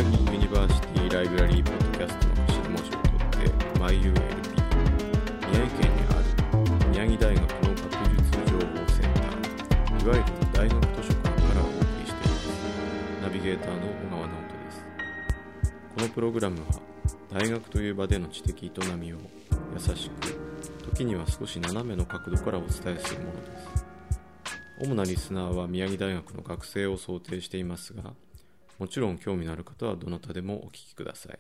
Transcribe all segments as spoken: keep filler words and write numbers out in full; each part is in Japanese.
宮城ユニバーシティライブラリーポッドキャストの頭文字を取って マイユーエルピー、 宮城県にある宮城大学の学術情報センター、いわゆる大学図書館からお送りしています。ナビゲーターの小川直人です。このプログラムは大学という場での知的営みを優しく、時には少し斜めの角度からお伝えするものです。主なリスナーは宮城大学の学生を想定していますが、もちろん興味のある方はどなたでもお聞きください。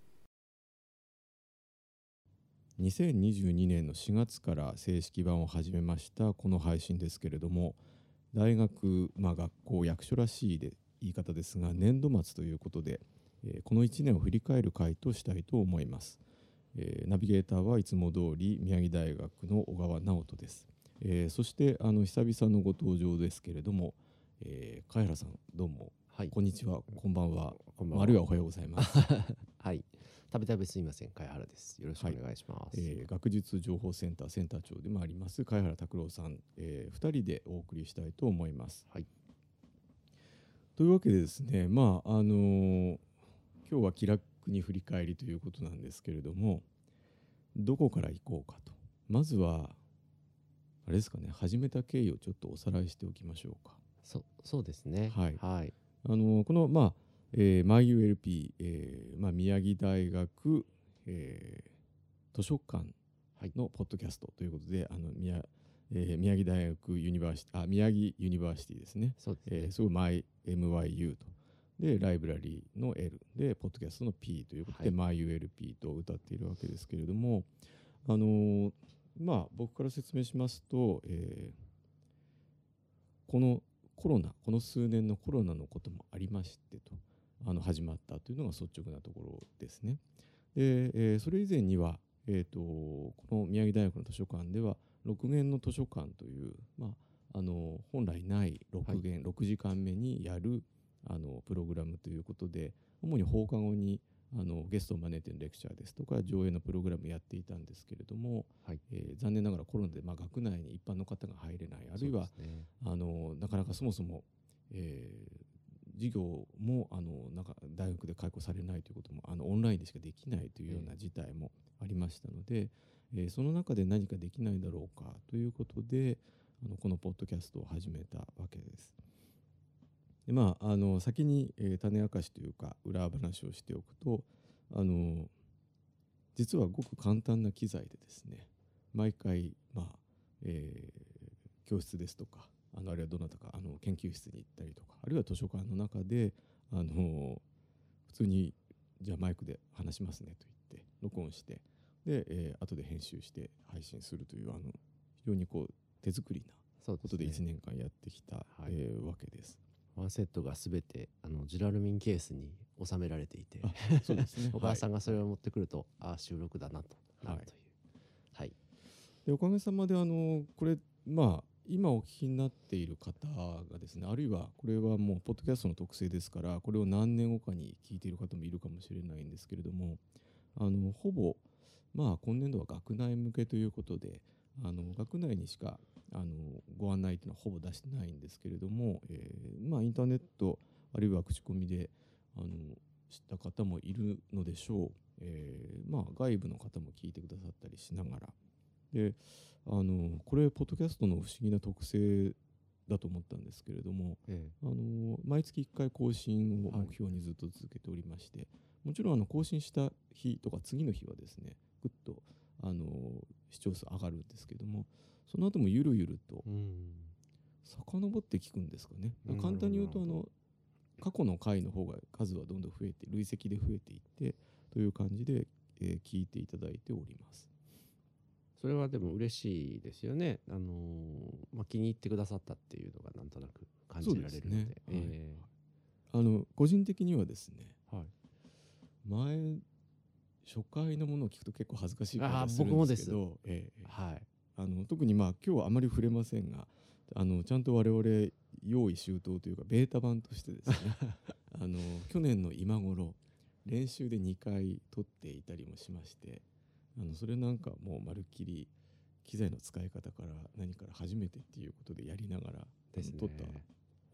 にせんにじゅうにねんのしがつから正式版を始めましたこの配信ですけれども、大学、まあ、学校、役所らしいで言い方ですが、年度末ということで、えー、このいちねんを振り返る回としたいと思います。えー、ナビゲーターはいつも通り宮城大学の小川直人です。えー、そしてあの久々のご登場ですけれども、えー、貝原さんどうも、はい、こんにちは、こんばんは、こんばんは、あるいはおはようございます。 はい、たびたびすみません、貝原です。よろしくお願いします。 はい、えー、学術情報センターセンター長でもあります貝原拓郎さん、えー、ふたりでお送りしたいと思います。はい、というわけでですね、まああのー、今日は気楽に振り返りということなんですけれども、どこから行こうかと。まずはあれですかね、始めた経緯をちょっとおさらいしておきましょうか。 そ, そうですね。 はい。 はい、 あのこの、まあえー、マイユーエルピー、えーまあ、宮城大学、えー、図書館のポッドキャストということで、はい、あの 宮, えー、宮城大学ユニバーシティ、あ、宮城ユニバーシティですね。 そうですね。 えー、それをマイ エムワイユー と。で、ライブラリーの L で、ポッドキャストの P ということで、はい、マイユーエルピー と歌っているわけですけれども、あのー、まあ、僕から説明しますと、えー、このコロナ、この数年のコロナのこともありましてと、あの始まったというのが率直なところですね。で、えー、それ以前には、えーと、この宮城大学の図書館では、ろくげんの図書館という、まあ、あの本来ないろくげん、はい、ろくじかんめにやるあのプログラムということで、主に放課後にあのゲストを招いてのレクチャーですとか上映のプログラムやっていたんですけれども、はい、えー、残念ながらコロナで、まあ、学内に一般の方が入れない、あるいは、ね、あのなかなかそもそも、えー、授業もあのなんか大学で開講されないということも、あのオンラインでしかできないというような事態もありましたので、えー、その中で何かできないだろうかということで、あのこのポッドキャストを始めたわけです。でまあ、あの先に、えー、種明かしというか裏話をしておくと、あの実はごく簡単な機材でですね、毎回、まあえー、教室ですとか、あのあるいはどなたかあの研究室に行ったりとか、あるいは図書館の中であの普通にじゃあマイクで話しますねと言って録音して、で、えー、後で編集して配信するという、あの非常にこう手作りなことでいちねんかんやってきた、ね、えー、わけです。 ワンセットがすべてあのジュラルミンケースに収められていて、 そうですね、 お母さんがそれを持ってくると、はい、ああ収録だなとなるという、 はい、でおかげさまであのこれ、まあ、今お聞きになっている方がですね、あるいはこれはもうポッドキャストの特性ですから、これを何年後かに聞いている方もいるかもしれないんですけれども、あのほぼ、まあ、今年度は学内向けということで、あの学内にしかあのご案内というのはほぼ出してないんですけれども、えーまあ、インターネットあるいは口コミであの知った方もいるのでしょう。えーまあ、外部の方も聞いてくださったりしながら、であのこれポッドキャストの不思議な特性だと思ったんですけれども、ええ、あの毎月いっかい更新を目標にずっと続けておりまして、はい、もちろんあの更新した日とか次の日はですね、ぐっとあの視聴数上がるんですけども、その後もゆるゆると遡って聞くんですかね。簡単に言うと、あの過去の回の方が数はどんどん増えて、累積で増えていってという感じで、えー、聞いていただいております。 それはでも嬉しいですよね。あのーまあ、気に入ってくださったっていうのがなんとなく感じられるので。そうですね。えー、あの個人的にはですね、 はい、 前初回のものを聞くと結構恥ずかしい感じがするんですけど、えーはい、あの特にまあ今日はあまり触れませんが、あのちゃんと我々用意周到というかベータ版としてですねあの去年の今頃練習でにかい撮っていたりもしまして、あのそれなんかもうまるっきり機材の使い方から何から初めてっていうことでやりながらです、ね、撮った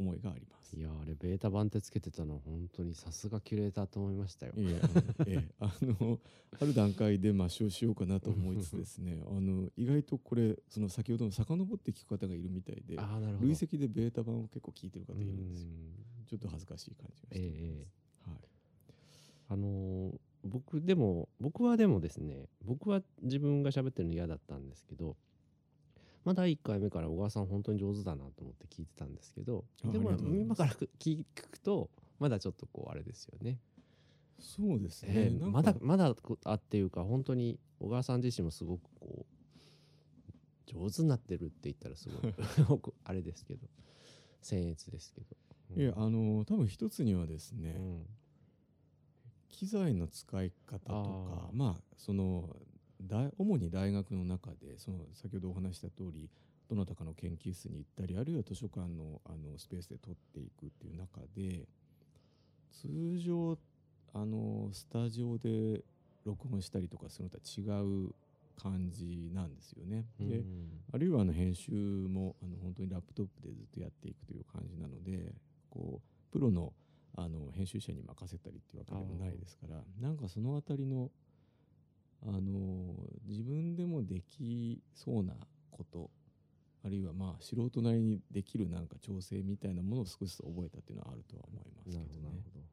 思いがあります。 いやあれベータ版ってつけてたの本当にさすがキュレーターと思いましたよ。 いやええ、あのある段階で抹消しようかなと思いつつですねあの意外とこれその先ほどの遡って聞く方がいるみたいで、 ああなるほど。 累積でベータ版を結構聞いてる方いるんですよ。 うんちょっと恥ずかしい感じがしております。 ええはい、 あのー僕でも僕はでもですね僕は自分が喋ってるの嫌だったんですけど、まあだいいっかいめから小川さん本当に上手だなと思って聞いてたんですけど、 あでもありがとうございます。 今から聞くとまだちょっとこうあれですよね。 そうですね、 えーなんかまだまだこあっていうか本当に小川さん自身もすごくこう上手になってるって言ったらすごくあれですけど僭越ですけど、うんいやあの多分一つにはですね、 うん機材の使い方とかあーまあその大主に大学の中でその先ほどお話した通りどなたかの研究室に行ったりあるいは図書館のあのスペースで撮っていくっていう中で通常あのスタジオで録音したりとかするのとは違う感じなんですよね。 うんであるいはあの編集もあの本当にラップトップでずっとやっていくという感じなのでこうプロのあの編集者に任せたりっていうわけでもないですからなんかそのあたりのあの自分でもできそうなことあるいはまあ素人なりにできるなんか調整みたいなものを少しずつ覚えたっていうのはあるとは思いますけどなるほどなるね。 ほど。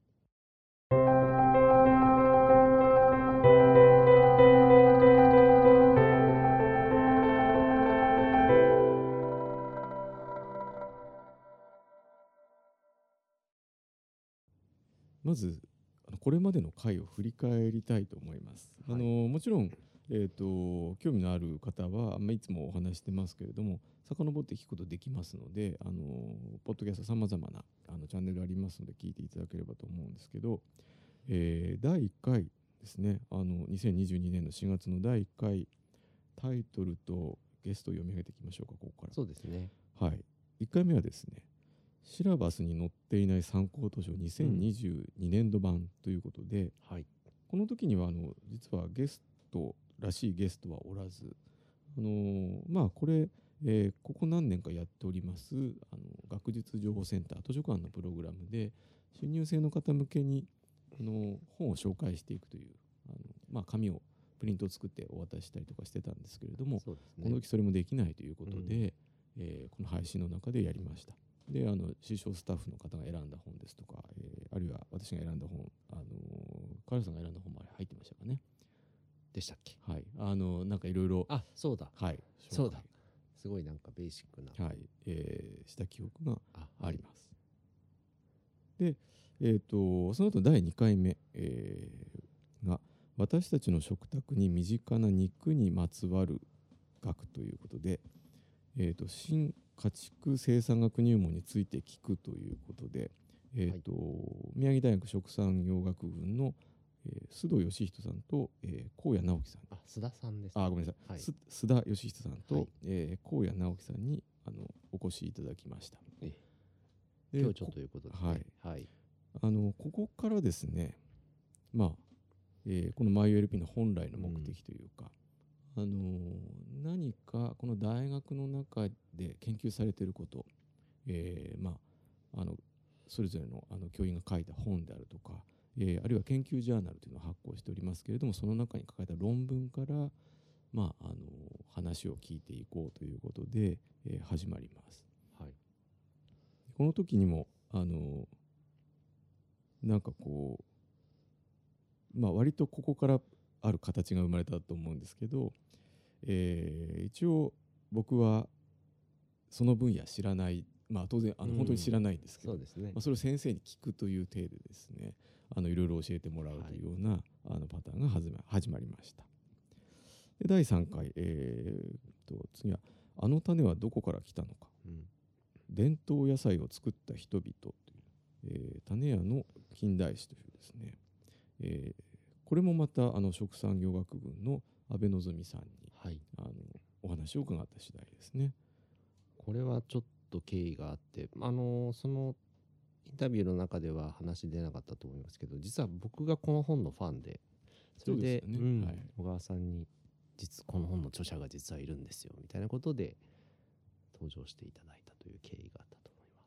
まずあのこれまでの回を振り返りたいと思います。 はいあのもちろん、えー、と興味のある方は、まあ、いつもお話してますけれども遡って聞くことできますのであのポッドキャストさまざまなあのチャンネルありますので聞いていただければと思うんですけど、えーだいいっかいですねあのにせんにじゅうにねんのしがつのだいいっかいタイトルとゲストを読み上げていきましょうかここから。 そうですね。 はい、いっかいめはですねシラバスに載っていない参考図書にせんにじゅうにねんど版ということで、 はい。 この時にはあの実はゲストらしいゲストはおらず、あのーまあこれ、えーここ何年かやっておりますあの学術情報センター図書館のプログラムで新入生の方向けにあの本を紹介していくというあの、まあ、紙をプリントを作ってお渡ししたりとかしてたんですけれども、 そうですこのね。 時それもできないということで、 うんえーこの配信の中でやりました。であの師匠スタッフの方が選んだ本ですとか、えーあるいは私が選んだ本、あのー、カールさんが選んだ本も入ってましたかね。 でしたっけ。 はい、あのなんかいろいろあそうだはいそうだすごいなんかベーシックな。 はい、えーした記憶がああります。で、えー、とその後だいにかいめ、えーが私たちの食卓に身近な肉にまつわる学ということで、えー、と新家畜生産学入門について聞くということで、えーと宮城大学食産業学群の、えー須藤義人さんと、えー、高谷直樹さんあ須田さんです、 あごめんなさい、 はいす須田義人さんと、 はいえー、高谷直樹さんにあのお越しいただきました。 えで今日ちょということで、ね、 はいはいあのここからですね、まあえーこの マイユーエルピー の本来の目的というか、あのー何かこの大学の中で研究されていること、えーまあ、あのそれぞれのあの教員が書いた本であるとか、えーあるいは研究ジャーナルというのを発行しておりますけれどもその中に書かれた論文から、まあ、あの話を聞いていこうということで、えー始まります。 はいこの時にもあのなんかこう、まあ、割とここからある形が生まれたと思うんですけど、えー一応僕はその分野知らない、まあ、当然あのうん本当に知らないんですけど、 そうですねまあ、それを先生に聞くという体でですねあのいろいろ教えてもらうというような、あのパターンが始ま始まりました。でだいさんかい、えー、と次は「あの種はどこから来たのかうん伝統野菜を作った人々」という、えー種屋の近代史というですね、えーこれもまたあの食産業学群の安倍望さんにはいあのお話を伺った次第ですね。 これはちょっと経緯があってあのそのインタビューの中では話出なかったと思いますけど実は僕がこの本のファンでそれでそうですよねうんはい小川さんに実この本の著者が実はいるんですよみたいなことで登場していただいたという経緯があったと思います。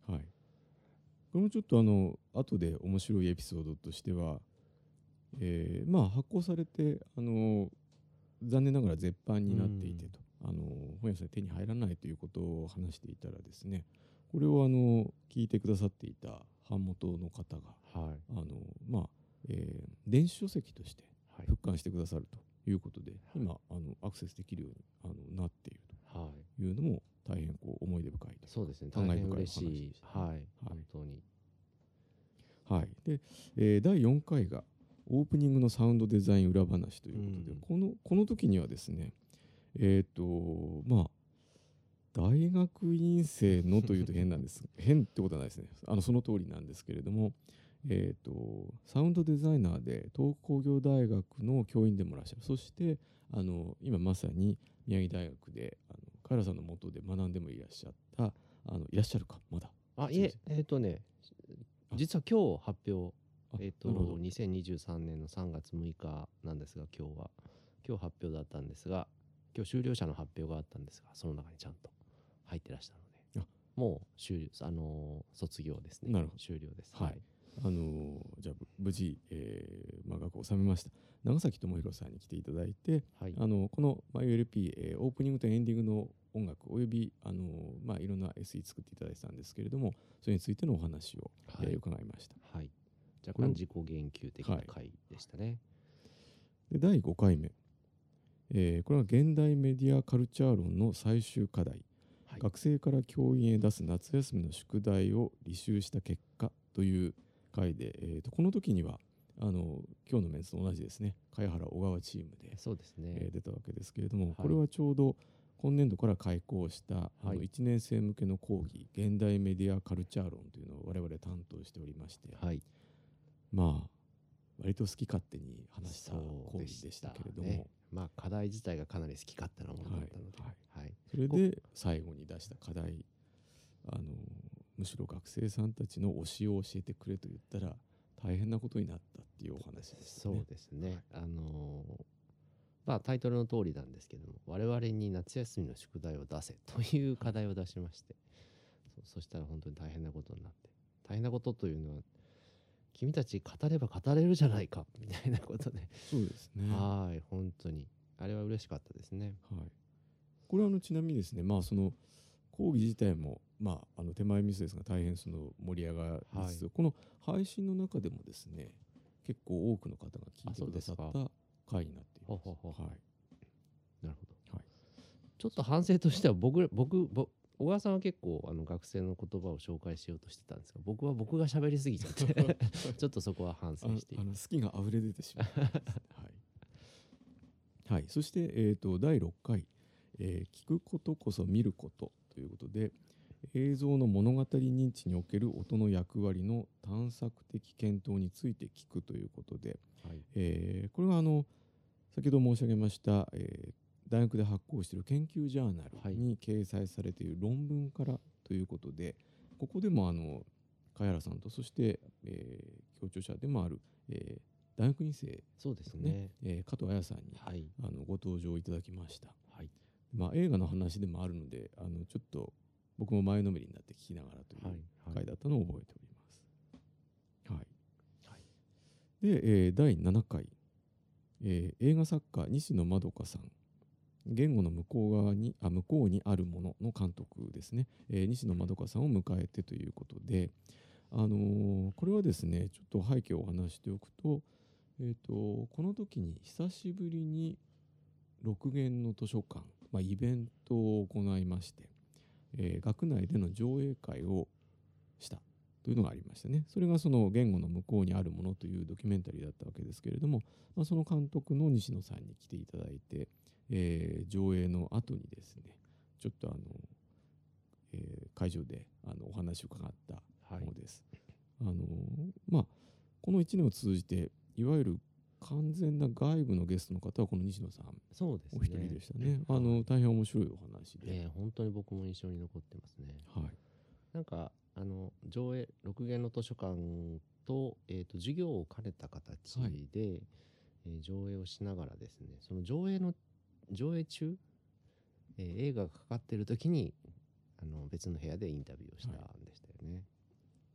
はい、これもちょっとあの後で面白いエピソードとしては、えーまあ、発行されてあの残念ながら絶版になっていてと、あの本屋さんで手に入らないということを話していたらですね、これをあの聞いてくださっていた版元の方が、 はいあのまあえー電子書籍としてはい復刊してくださるということで、今あのアクセスできるようにあのなっているはいというのも大変こう思い出深いというか、 そうですね、 感慨深い大変嬉しい、 話でしたね。 はい、 はい本当に。 はい、で、えーだいよんかいがオープニングのサウンドデザイン裏話ということで、 うんこのこの時にはですね、えっ、とまあ大学院生のというと変なんです変ってことはないですね、あのその通りなんですけれども、えー、とサウンドデザイナーで東北工業大学の教員でもいらっしゃる、そしてあの今まさに宮城大学であのカエラさんの下で学んでもいらっしゃったあのいらっしゃるかまだあ、いえ、えっ、とね、 あ実は今日発表、 あえっ、となるほど、 にせんにじゅうさんねんのさんがつむいかなんですが、今日は今日発表だったんですが、今日修了者の発表があったんですが、その中にちゃんと入ってらしたので、 あもう終了、あのー卒業ですね。 なるほど終了です。 はいあのーじゃあぶ無事、えーまあ、学校を収めました長崎智弘さんに来ていただいて、 はいあのこの、まあ、ユーエルピー、えーオープニングとエンディングの音楽およびあの、まあ、いろんな エスイー 作っていただいてたんですけれども、それについてのお話を、 はいえー伺いました。 はい。若干自己言及的な回でしたね。 でだいごかいめ、えーこれは現代メディアカルチャー論の最終課題、 はい。 学生から教員へ出す夏休みの宿題を履修した結果という回で、えーとこの時にはあの今日のメンツと同じですね、茅原小川チームで、 そうですね。 えー出たわけですけれども、 はいこれはちょうど今年度から開講した、あのはいいちねん生向けの講義、現代メディアカルチャー論というのを我々担当しておりまして、 はい。 まあ割と好き勝手に話したそう講義でしたけれども、 ね、まあ課題自体がかなり好き勝手なものだったので、 はいはい。 それで最後に出した課題、あのむしろ学生さんたちの推しを教えてくれと言ったら大変なことになったっていうお話でしたね。 そうですね。あのーまあタイトルの通りなんですけども、我々に夏休みの宿題を出せという課題を出しまして、そうそしたら本当に大変なことになって、大変なことというのは、君たち語れば語れるじゃないかみたいなことで、 そうですね。ははい、本当にあれは嬉しかったですね。 い。これはあのちなみにですね、まあその講義自体もまああの手前ミスですが大変その盛り上がりつつ、 はこの配信の中でもですね、結構多くの方が聞いあてくださっそうですた回になっています。 ほうほうほうはい。 なるほど。 はいちょっと反省としては僕僕僕小川さんは結構あの学生の言葉を紹介しようとしてたんですが、僕は僕が喋りすぎちゃってちょっとそこは反省している。 あのあの好きが溢れ出てしまったんです。はい。はい。そしてえっ、とだいろっかい、えー聞くことこそ見ることということで、映像の物語認知における音の役割の探索的検討について聞くということで、 はいえーこれはあの先ほど申し上げました、えー大学で発行している研究ジャーナルに掲載されている論文からということで、ここでもあの茅原さんとそして、えー協調者でもある、えー大学院生そうですねね。 えー加藤彩さんに、 はいあのご登場いただきました。 はいまあ、映画の話でもあるので、あのちょっと僕も前のめりになって聞きながらというはいはい回だったのを覚えております。はいはいで、えーだいななかい、えー映画作家西野まどかさん、言語の向こう側にあ向こうにあるものの監督ですね、えー西野まどかさんを迎えてということで、あのーこれはですねちょっと背景をお話しておくと、えー、とこの時に久しぶりに六限の図書館、まあ、イベントを行いまして、えー学内での上映会をしたというのがありましたね。それがその言語の向こうにあるものというドキュメンタリーだったわけですけれども、まあ、その監督の西野さんに来ていただいて、えー上映の後にですねちょっとあの、えー会場であのお話を伺ったはいものです。あのまあこのいちねんを通じていわゆる完全な外部のゲストの方はこの西野さんそうですね。 お一人でしたね。あはいの大変面白いお話で、 えー本当に僕も印象に残ってますね。 はいなんかあの上映六限の図書館と,、えー、と授業を兼ねた形で、 はいえー上映をしながらですね、その上映の上映中、えー映画がかかってる時にあの別の部屋でインタビューをしたんでしたよね。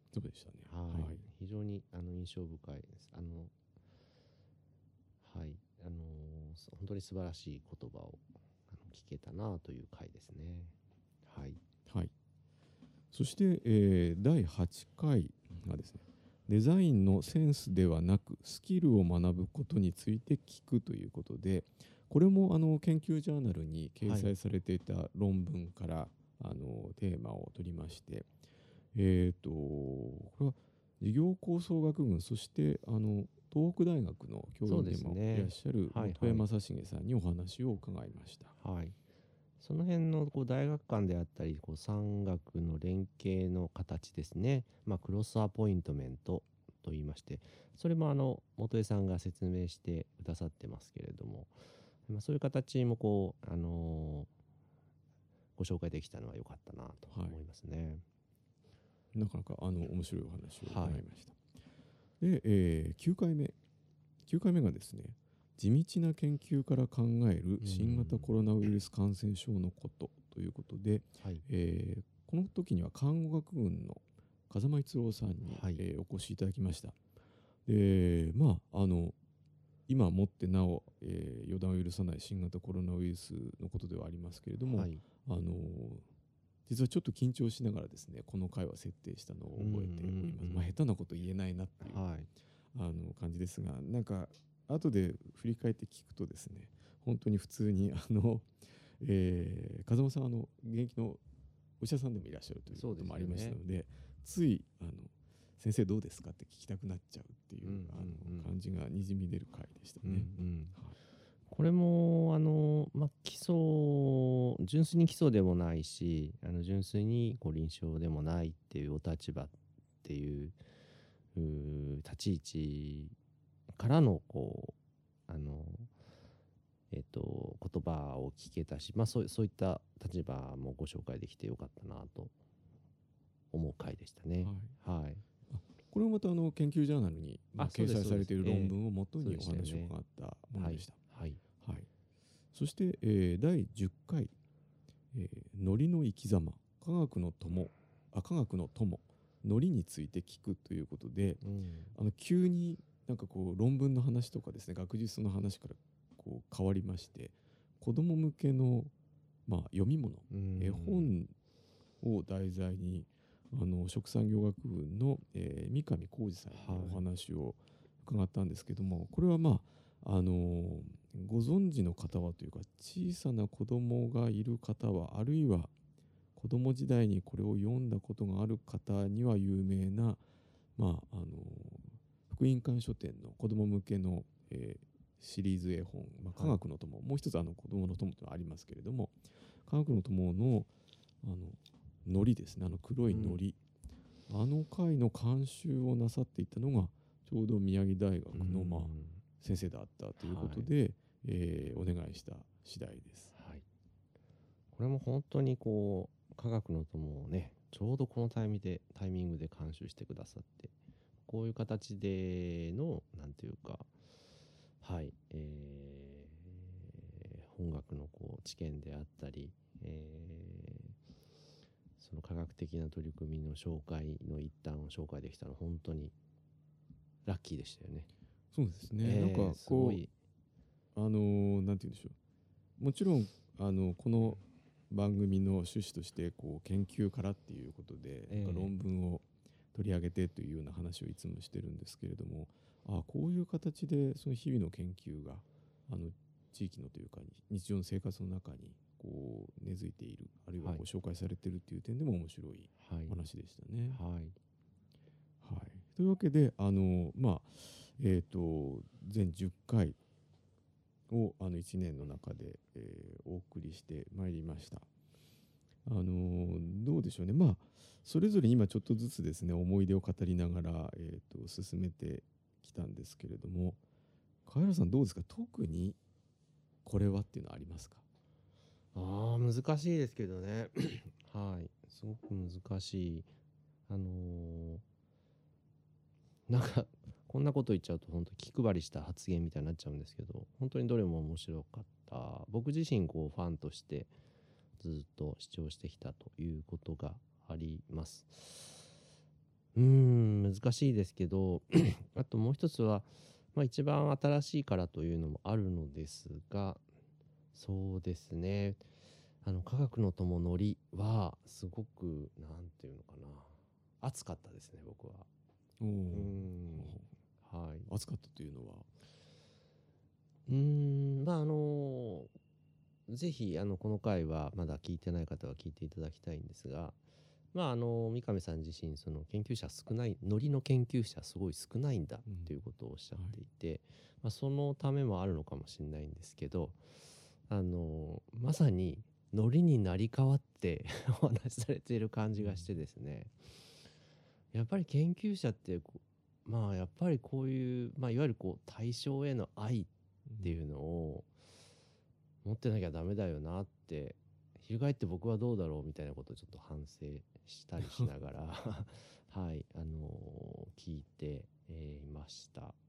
そうでしたね。 はい、 はい。 非常にあの印象深いです。あのはい、あのー本当に素晴らしい言葉をあの聞けたなという回ですね。はい。 はい。そして、えーだいはちかいがですね、デザインのセンスではなくスキルを学ぶことについて聞くということで、これもあの研究ジャーナルに掲載されていた論文からあのテーマを取りまして、えーとこれは事業構想学群、そしてあの東北大学の教そうです員でもいらね。 っしゃるはい本山正成さんにお話を伺いました。 はい。その辺のこう大学間であったり、こう産学の連携の形ですね。まあ、クロスアポイントメントと言いまして、それもあの元江さんが説明してくださってますけれども、まあ、そういう形もこう、あのーご紹介できたのは良かったなとはい、 思いますね。 なかなかあの面白いお話をはい伺いました。で、えーきゅうかいめきゅうかいめがですね、地道な研究から考える新型コロナウイルス感染症のことということで、 はい。 えーこの時には看護学群の風間逸郎さんに、 はいえーお越しいただきました。で、まあ、あの今もってなお、えー予断を許さない新型コロナウイルスのことではありますけれども、 はい。 あの実はちょっと緊張しながらですね、この回は設定したのを覚えております。 うんうんうんまあ、下手なこと言えないなっていう、 はい。 あの感じですが、なんか後で振り返って聞くとですね、本当に普通にあの、えー風間さんはあの現役のお医者さんでもいらっしゃるということもありましたので、ついあの先生どうですかって聞きたくなっちゃうっていう、 うんうんうんあの感じがにじみ出る回でしたうんね。 うんはいこれも、あの、まあ、基礎、純粋に基礎でもないし、あの純粋にこう臨床でもないっていうお立場っていう、うー立ち位置からの、こう、あの、えっと、言葉を聞けたし、まあ、そうそういった立場もご紹介できてよかったなと思う回でしたね。 はいはい。 あこれもまたあの研究ジャーナルに、まあ、 あそうです掲載されているそうです論文をもとにおええそうでしたよね話を伺ったものでした。 はい。 はい、そして、えーだいじゅっかい、えー、ノリの生き様、科学の友、あ科学の友、ノリについて聞くということで、 うん。 あの急になんかこう論文の話とかですね、学術の話からこう変わりまして、子ども向けの、まあ、読み物、 うん絵本を題材にあの食産業学部の、えー三上浩二さんにはいお話を伺ったんですけども、これはまああのーご存知の方はというか、小さな子供がいる方は、あるいは子供時代にこれを読んだことがある方には有名な、まああのー福音館書店の子供向けの、えーシリーズ絵本、まあ、科学の友、もう一つあの子供の友というのはありますけれども、科学の友のあののりですね、あの黒いのり、あの回の監修をなさっていたのがちょうど宮城大学の、まあ、先生だったということで、えーお願いした次第です。 はい。これも本当にこう科学の友をね、ちょうどこのタイミングでタイミングで監修してくださって、こういう形でのなんていうか、はい、えー、本学のこう知見であったり、えーその科学的な取り組みの紹介の一端を紹介できたのは本当にラッキーでしたよね。 そうですね、 えーなんかすごこういあのーなんて言うんでしょう、もちろんあのこの番組の趣旨としてこう研究からっていうことで、 ええなんか論文を取り上げてというような話をいつもしてるんですけれども、あこういう形でその日々の研究があの地域のというか日常の生活の中にこう根付いている、あるいはこう紹介されているという点でも面白いはい話でしたね。 はいはい、というわけで、あのまあえー、と全じゅっかいをあのいちねんの中で、えーお送りしてまいりました。あのーどうでしょうね、まあそれぞれ今ちょっとずつですね思い出を語りながら、えー、と進めてきたんですけれども、川原さんどうですか、特にこれはっていうのはありますか？ ああ難しいですけどねはいすごく難しいあのーなんかこんなこと言っちゃうと本当気配りした発言みたいになっちゃうんですけど、本当にどれも面白かった。僕自身こうファンとしてずっと視聴してきたということがあります。 うーん難しいですけどあともう一つは、まあ、一番新しいからというのもあるのですが、そうですね、あの科学の友のりはすごくなんていうのかな、熱かったですね僕は。 おうーーんはい暑かったというのは。 うーんまああのぜひあのこの回はまだ聞いてない方は聞いていただきたいんですが、まああの三上さん自身その研究者少ない、ノリの研究者すごい少ないんだっていうことをおっしゃっていて、まあ、そのためもあるのかもしれないんですけど、あのまさにノリになり変わってお話しされている感じがしてですね、やっぱり研究者ってこうまあやっぱりこういう、まあ、いわゆるこう対象への愛っていうのを持ってなきゃダメだよなって、翻って僕はどうだろうみたいなことをちょっと反省したりしながらはい、あのー聞いて、えーいました。はい。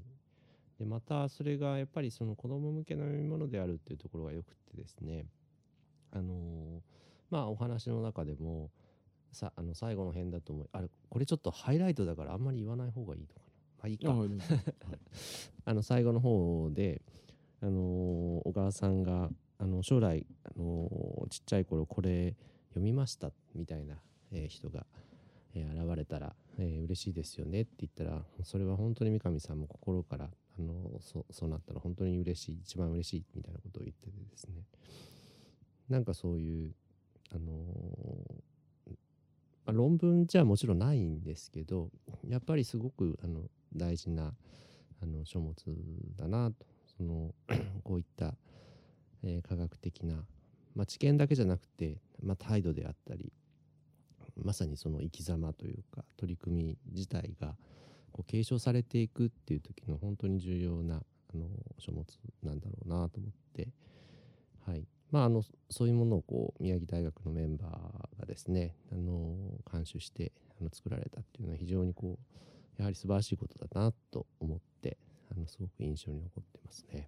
で、またそれがやっぱりその子供向けの読み物であるっていうところがよくってですね、あのーまあお話の中でもさあの最後の辺だと思う、あれこれちょっとハイライトだからあんまり言わない方がいいのかな、まあいいか。 あはいどうぞはいあの最後の方であのー小川さんがあの将来、あのーちっちゃい頃これ読みましたみたいな、えー人が、えー現れたら、えー嬉しいですよねって言ったら、それは本当に三上さんも心から、あのーそそうなったら本当に嬉しい、一番嬉しいみたいなことを言っててですね、なんかそういう、あのーまあ、論文じゃもちろんないんですけど、やっぱりすごくあの大事なあの書物だなと、そのこういった、えー科学的な、まあ、知見だけじゃなくて、まあ、態度であったり、まさにその生き様というか取り組み自体がこう継承されていくっていう時の本当に重要なあの書物なんだろうなと思って、はい、まああのそういうものをこう宮城大学のメンバーがですね、あの監修してあの作られたっていうのは非常にこうやはり素晴らしいことだなと思って、あのすごく印象に残ってますね。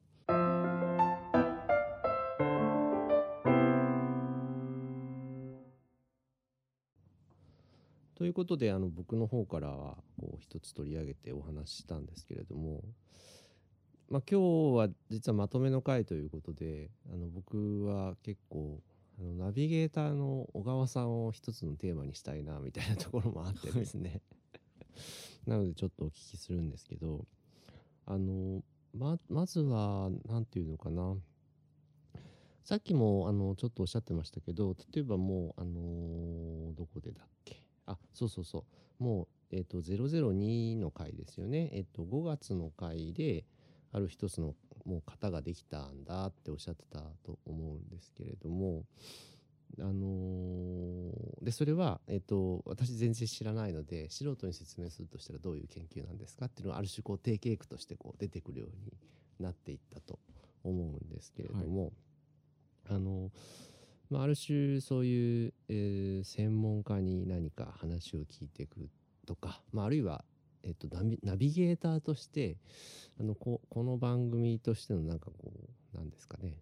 ということで、あの僕の方からはこう一つ取り上げてお話ししたんですけれども、まあ、今日は実はまとめの回ということで、あの僕は結構あのナビゲーターの小川さんを一つのテーマにしたいなみたいなところもあってですねなのでちょっとお聞きするんですけど、あのままずは何て言うのかな、さっきもあのちょっとおっしゃってましたけど、例えばもうあのーどこでだっけ、あそうそうそう、もうえっ、とゼロゼロにの回ですよね。えっ、とごがつの回である一つのもう型ができたんだっておっしゃってたと思うんですけれども、あのーでそれは、えっと私全然知らないので素人に説明するとしたらどういう研究なんですかっていうのはある種こう定型句としてこう出てくるようになっていったと思うんですけれども、あのまあ、ある種そういう、えー専門家に何か話を聞いていくとか、まあ、あるいは、えっと、ナビ、ナビゲーターとしてあのここの番組としてのなんかこうなんですかね、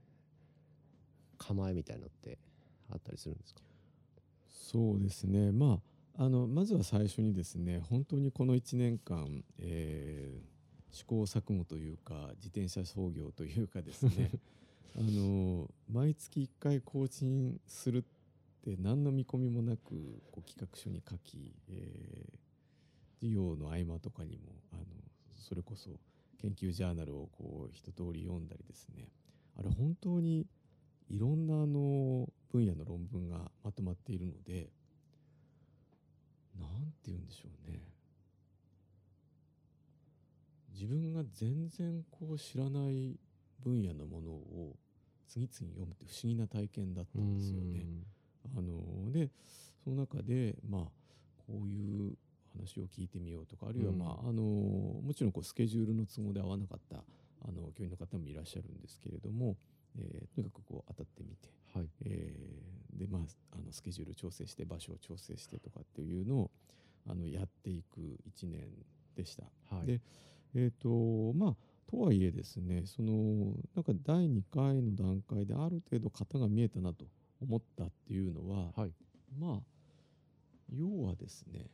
構えみたいのってあったりするんですか？ そうですね、まあ、あのまずは最初にですね、本当にこのいちねんかん、えー試行錯誤というか自転車操業というかですねあの毎月いっかい更新するって何の見込みもなくこう企画書に書き、えー授業の合間とかにもあのそれこそ研究ジャーナルをこう一通り読んだりですね、あれ本当にいろんなあの分野の論文がまとまっているので、なんて言うんでしょうね、自分が全然こう知らない分野のものを次々読むって不思議な体験だったんですよね。あのでその中でまあこういう話を聞いてみようとか、あるいはまあ、あのもちろんこうスケジュールの都合で合わなかったあの教員の方もいらっしゃるんですけれども、えーとにかくこう当たってみて、 はい、 えーでまあ、あのスケジュール調整して場所を調整してとかっていうのをあのやっていくいちねんでした。 はい、 でえーとまあ、とはいえですね、そのなんかだいにかいの段階である程度型が見えたなと思ったっていうのは、 はい、 まあ要はですね、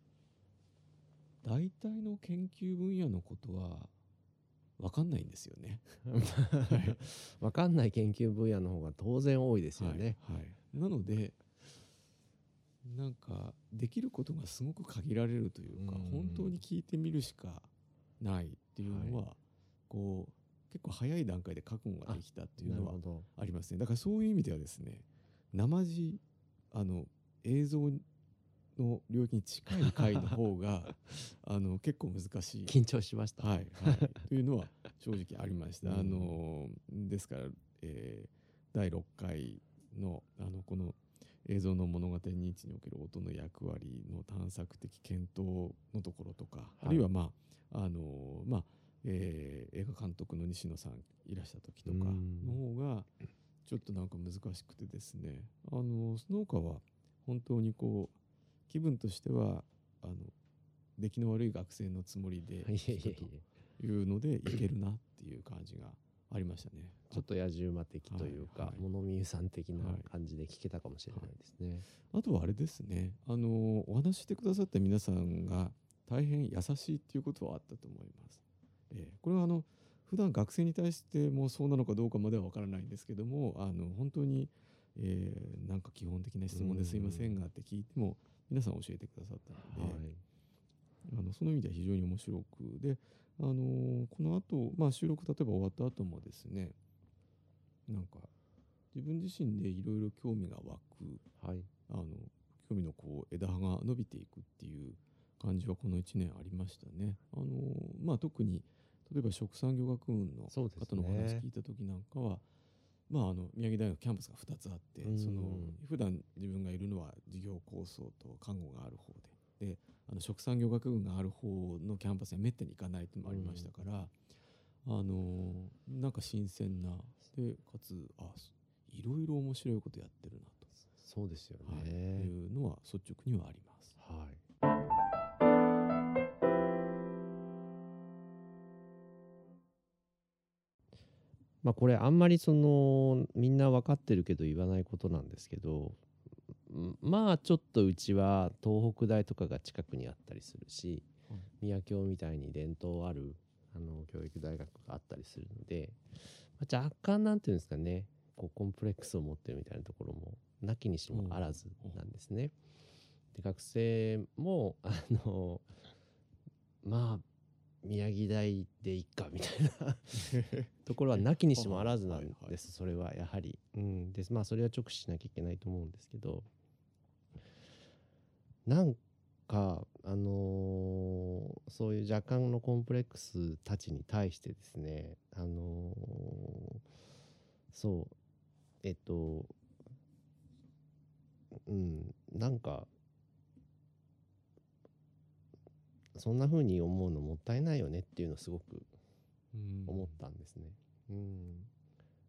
大体の研究分野のことは分かんないんですよね。はい、 分かんない研究分野の方が当然多いですよね。 はいはい、なのでなんかできることがすごく限られるというか、 うん本当に聞いてみるしかないっていうのは、 はい、 こう結構早い段階で覚悟ができたっていうのはありますね。だからそういう意味ではですね、生地あの映像の領域に近い回の方があの結構難しい、 緊張しました。 はいはい、というのは正直ありました。 うん、 あのですから、えー、だいろっかいのあのこの映像の物語認知における音の役割の探索的検討のところとか、はい、あるいはまああのまあ、えー、映画監督の西野さんいらした時とかの方がちょっとなんか難しくてですね、あのその他は本当にこう気分としてはあの出来の悪い学生のつもりで聞くというのでいけるなっていう感じがありましたね。 ちょっと野獣馬的というか、はいはい、物見遊山的な感じで聞けたかもしれないですね。はいはい、 あとはあれですね、あのお話してくださった皆さんが大変優しいっていうことはあったと思います。えー、これはあの普段学生に対してもそうなのかどうかまでは分からないんですけども、あの本当に、えー、なんか基本的な質問ですいませんがって聞いても皆さん教えてくださったので、はい、あのその意味では非常に面白くで、あのー、この後、まあ収録例えば終わった後もですね、なんか自分自身でいろいろ興味が湧く、はい、あの興味のこう枝葉が伸びていくっていう感じはこのいちねんありましたね。あのー、まあ特に例えば食産業学運の方のお話聞いた時なんかは、まあ、あの宮城大学キャンパスがふたつあって、その普段自分がいるのは事業構想と看護がある方で、であの食産業学群がある方のキャンパスにはめったに行かないというのもありましたから、あのなんか新鮮なでかつあいろいろ面白いことやってるなと、 そうですよね、 はい、いうのは率直にはあります。 はい。まあこれあんまりそのみんな分かってるけど言わないことなんですけど、まあちょっとうちは東北大とかが近くにあったりするし、はい、宮京みたいに伝統あるあの教育大学があったりするので、まあ、若干なんていうんですかね、こうコンプレックスを持ってるみたいなところもなきにしもあらずなんですね。で学生もあのまあ宮城大でいっかみたいなところはなきにしもあらずなんです。それはやはり、うん、でまあそれは直視しなきゃいけないと思うんですけど、なんかあのー、そういう若干のコンプレックスたちに対してですね、あのー、そうえっとうんなんかそんな風に思うのもったいないよねっていうのをすごく思ったんですね。うん、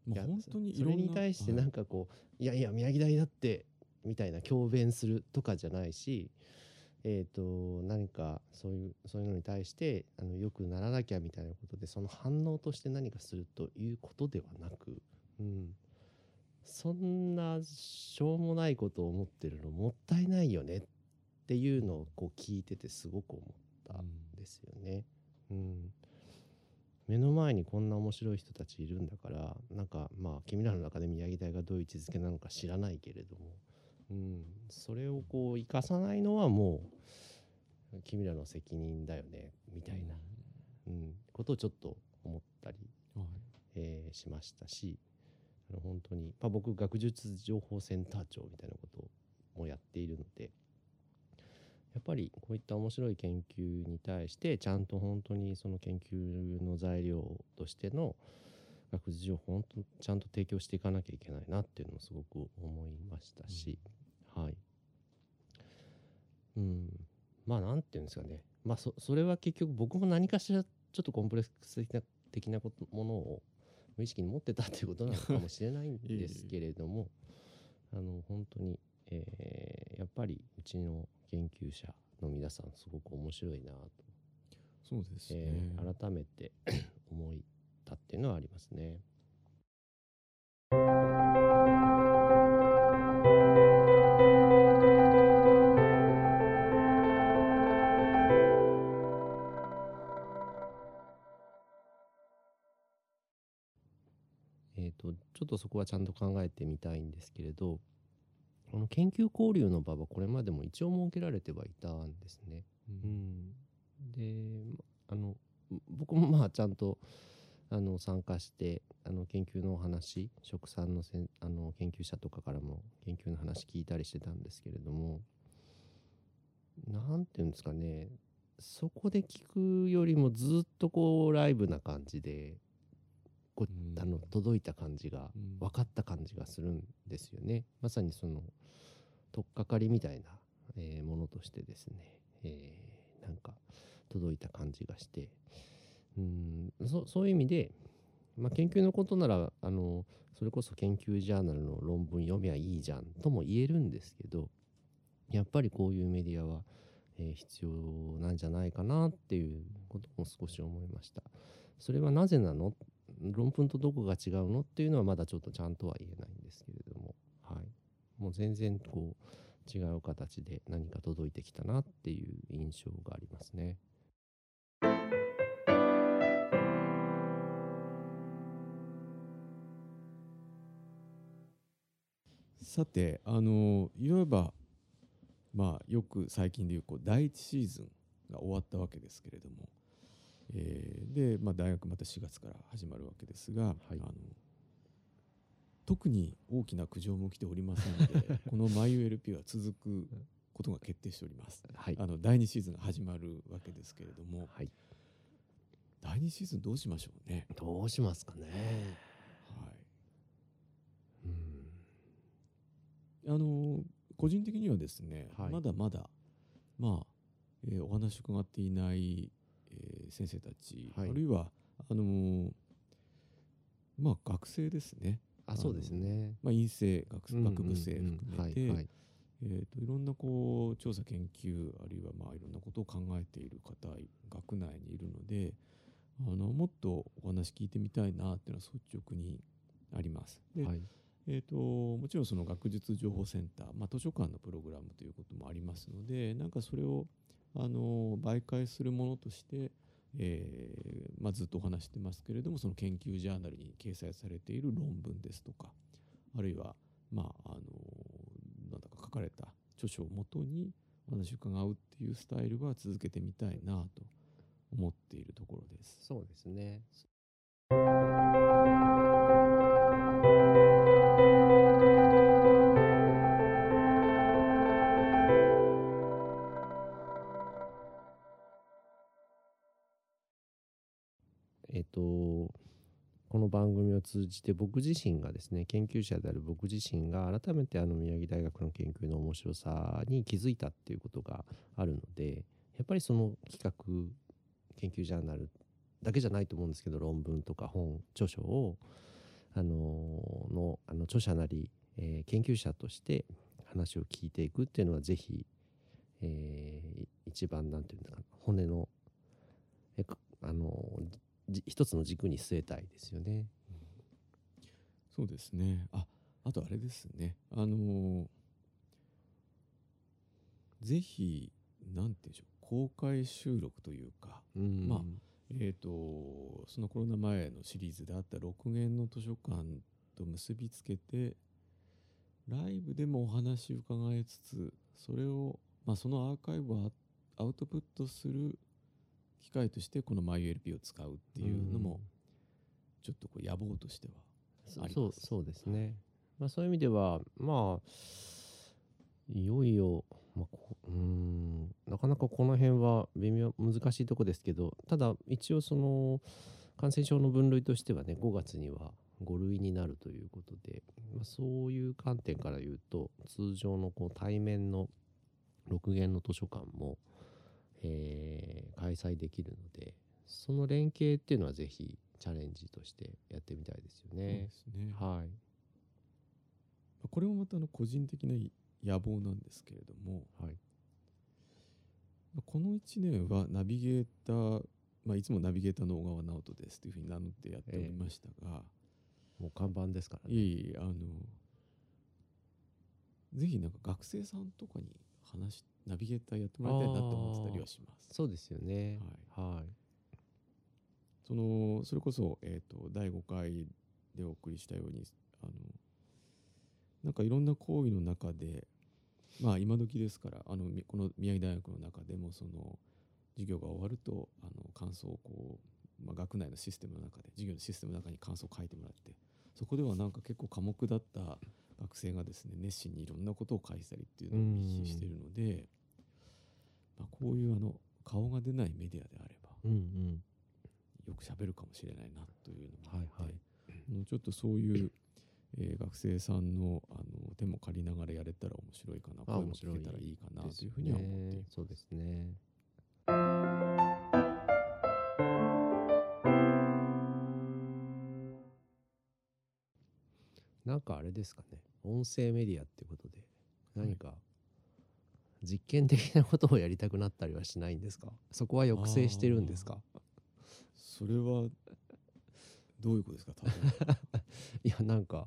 いや本当にそれに対してなんかこう、はい、いやいや宮城大だってみたいな強弁するとかじゃないし、えーと何かそういうそういうのに対してあのよくならなきゃみたいなことでその反応として何かするということではなく、うん、そんなしょうもないことを思ってるのもったいないよねっていうのをこう聞いててすごく思ったんですよね。うん、目の前にこんな面白い人たちいるんだから、なんかまあ君らの中で宮城大がどういう位置づけなのか知らないけれども、うん、それをこう生かさないのはもう君らの責任だよねみたいな、うん、ことをちょっと思ったり、はいえー、しましたし、本当に、まあ、僕学術情報センター長みたいなこともやっているので、やっぱりこういった面白い研究に対してちゃんと本当にその研究の材料としての学術情報を本当ちゃんと提供していかなきゃいけないなっていうのもすごく思いましたし、うん、はい、うん、まあなんていうんですかね、まあ そ, それは結局僕も何かしらちょっとコンプレックス的な的なことものを無意識に持ってたっていうことなのかもしれないんですけれどもあの本当に、えー、やっぱりうちの研究者の皆さんすごく面白いなと、 そうですね、 えー、改めて思ったっていうのはありますね。 えーと、ちょっとそこはちゃんと考えてみたいんですけれど、この研究交流の場はこれまでも一応設けられてはいたんですね。 ううんん、で、まあの僕もまあちゃんとあの参加してあの研究のお話、食産のせんあの研究者とかからも研究の話聞いたりしてたんですけれども、なんていうんですかね、そこで聞くよりもずっとこうライブな感じでこうんあの届いた感じが、 うん分かった感じがするんですよね。まさにその取っかかりみたいな、えーものとしてですね、えーなんか届いた感じがして、うん、そそういう意味で、まあ、研究のことならあのそれこそ研究ジャーナルの論文読みゃいいじゃんとも言えるんですけど、やっぱりこういうメディアは、えー必要なんじゃないかなっていうことも少し思いました。それはなぜなの、論文とどこが違うのっていうのはまだちょっとちゃんとは言えないんですけれども、はい、もう全然こう違う形で何か届いてきたなっていう印象がありますね。 さて、あのいわば、まあ、よく最近でいうこうだいいちシーズンが終わったわけですけれども、えーで、まあ、大学またしがつから始まるわけですが、 はいあの特に大きな苦情も来ておりませんのでこの マイユーエルピー は続くことが決定しております。 はいあのだいにシーズンが始まるわけですけれども、 はい、 だいにシーズンどうしましょうね。 どうしますかね。 はい、 うんあの個人的にはですね、 はいまだまだ、まあえーお話を伺っていない、えー先生たち、 はいあるいはあのーまあ、学生ですね。 あそうですね。 まあ、院生学うんうんうん学部生含めて、 はいはいえーといろんなこう調査研究あるいはまあいろんなことを考えている方学内にいるので、あのもっとお話聞いてみたいなっていうのは率直にあります。で、 はいえー、ともちろんその学術情報センター、まあ、図書館のプログラムということもありますので、なんかそれをあの媒介するものとして、えーまあ、ずっとお話してますけれども、その研究ジャーナルに掲載されている論文ですとか、あるいは、まああのなんだか書かれた著書をもとにお話を伺うっていうスタイルは続けてみたいなと思っているところです。 そうですね。えっとこの番組を通じて僕自身がですね、研究者である僕自身が改めてあの宮城大学の研究の面白さに気づいたっていうことがあるので、やっぱりその企画研究ジャーナルだけじゃないと思うんですけど、論文とか本著書をあののあの著者なり、えー研究者として話を聞いていくっていうのはぜひ、えー一番なんていうんだかな、骨のえかあのじ一つの軸に据えたいですよね。 そうですね。あ、あとあれですね。あのぜひ、なんていうんでしょう、公開収録というか、 うんまあ、えーと、そのコロナ前のシリーズであったろくげんの図書館と結びつけて、ライブでもお話を伺いつつ、それを、まあ、そのアーカイブをアアウトプットする機会として、この マイユーエルピー を使うっていうのも、ちょっとこう野望としてはあります。 そうそうですね。まあ、そういう意味ではまあいよいよ、まあ、こうーんなかなかこの辺は微妙難しいとこですけど、ただ一応その感染症の分類としてはね、ごがつにはご類になるということで、まあ、そういう観点から言うと通常のこう対面のろくげんの図書館も、えー開催できるので、その連携っていうのはぜひチャレンジとしてやってみたいですよそうねで。すね。 はい。 これもまたあの個人的な野望なんですけれども、 はいこのいちねんはナビゲーター、まあ、いつもナビゲーターの小川直人ですというふうに名乗ってやっておりましたが、 もう看板ですからね。 いいあのぜひなんか学生さんとかに話ナビゲーターやってもらいたいなと思ってたりはします。 そうですよね。 はい、 はい。 そのそれこそ、えー、とだいごかいでお送りしたように、あのなんかいろんな講義の中で、まあ今時ですから、あのこの宮城大学の中でもその授業が終わるとあの感想をこう、まあ、学内のシステムの中で授業のシステムの中に感想を書いてもらって、そこではなんか結構寡黙だった学生がですね熱心にいろんなことを書いてたりっていうのを見しているので、まあ、こういうあの顔が出ないメディアであれば、 うんうん、 よく喋るかもしれないなというのもあって、 はいはい、 ちょっとそういう、えー、学生さんの、あの手も借りながらやれたら面白いかな、声も聞けたらいいかなというふうには思っている。 そうですね。なんかあれですかね、音声メディアってことで何か実験的なことをやりたくなったりはしないんですか？そこは抑制してるんですか？ それはどういうことですか？多分いやなんか、 はい、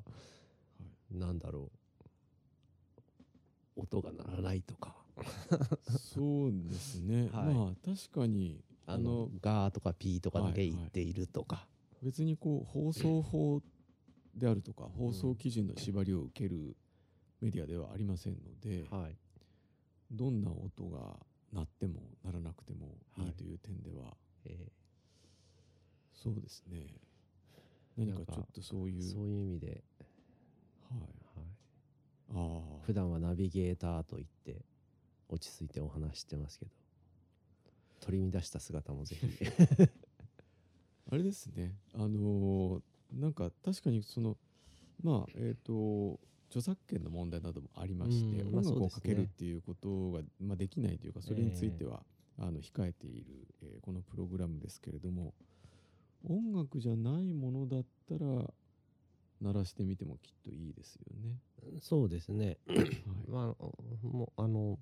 なんだろう、音が鳴らないとかそうですね、はい、まあ確かにあのガーとかピーとかだけ言っているとか、はいはい、 別にこう放送法であるとか放送基準の縛りを受けるメディアではありませんので、はい、どんな音が鳴っても鳴らなくてもいいという点では、はい、えー、そうですね、何かちょっとそういうそういう意味で、 はいはい、あ普段はナビゲーターといって落ち着いてお話してますけど、取り乱した姿もぜひあれですね、あのー、なんか確かにそのまあえっ、ー、と著作権の問題などもありまして、音楽をかけるっていうことが、まあ、できないというか、それについては、えー、あの控えている、えー、このプログラムですけれども、音楽じゃないものだったら鳴らしてみてもきっといいですよね。 そうですね、はい、まあもうあの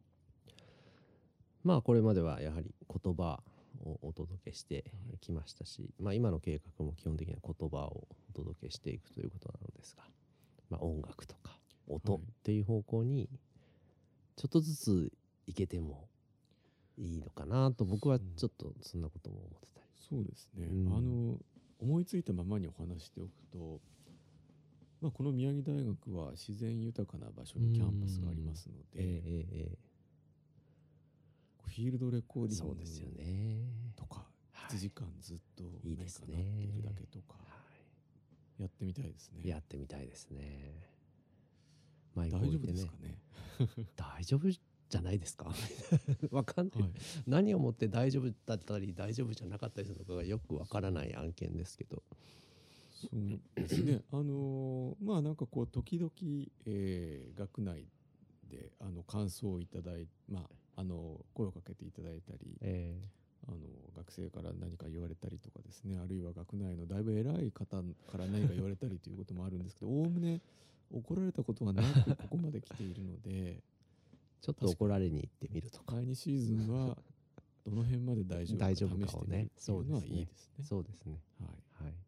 まあこれまではやはり言葉をお届けしてきましたし、まあ、今の計画も基本的には言葉をお届けしていくということなのですが、まあ、音楽とか音っていう方向にちょっとずついけてもいいのかなと、僕はちょっとそんなことも思ってたり。 そうですね、うん、あの思いついたままにお話しておくと、まあ、この宮城大学は自然豊かな場所にキャンパスがありますので、えーえーフィールドレコーディングとかいちじかんずっと何か鳴っているだけとかやってみたいですね。 やってみたいですね。 大丈夫ですかね？ 大丈夫じゃないですか？わかんない、はい、何をもって大丈夫だったり大丈夫じゃなかったりするのかがよくわからない案件ですけど。 そうですね。あのー、まあなんかこう時々、えー、学内であの感想をいただいて、まああの声をかけていただいたり、えー、あの学生から何か言われたりとかですね、あるいは学内のだいぶ偉い方から何か言われたりということもあるんですけど、おおむね怒られたことはなくここまで来ているのでちょっと怒られに行ってみるとか、 第にシーズンはどの辺まで大丈夫か試してみるっていうのはいいですね。 そうですね。はい、はい。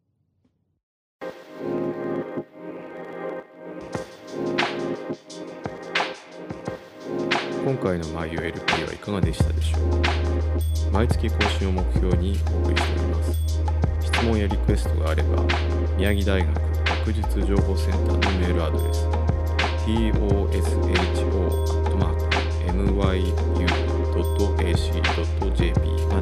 今回の マイユーエルピー はいかがでしたでしょう。毎月更新を目標にお送りしております。質問やリクエストがあれば、宮城大学学術情報センターのメールアドレス トショ アットマーク エムワイユー ドット エーシー ドット ジェーピー ま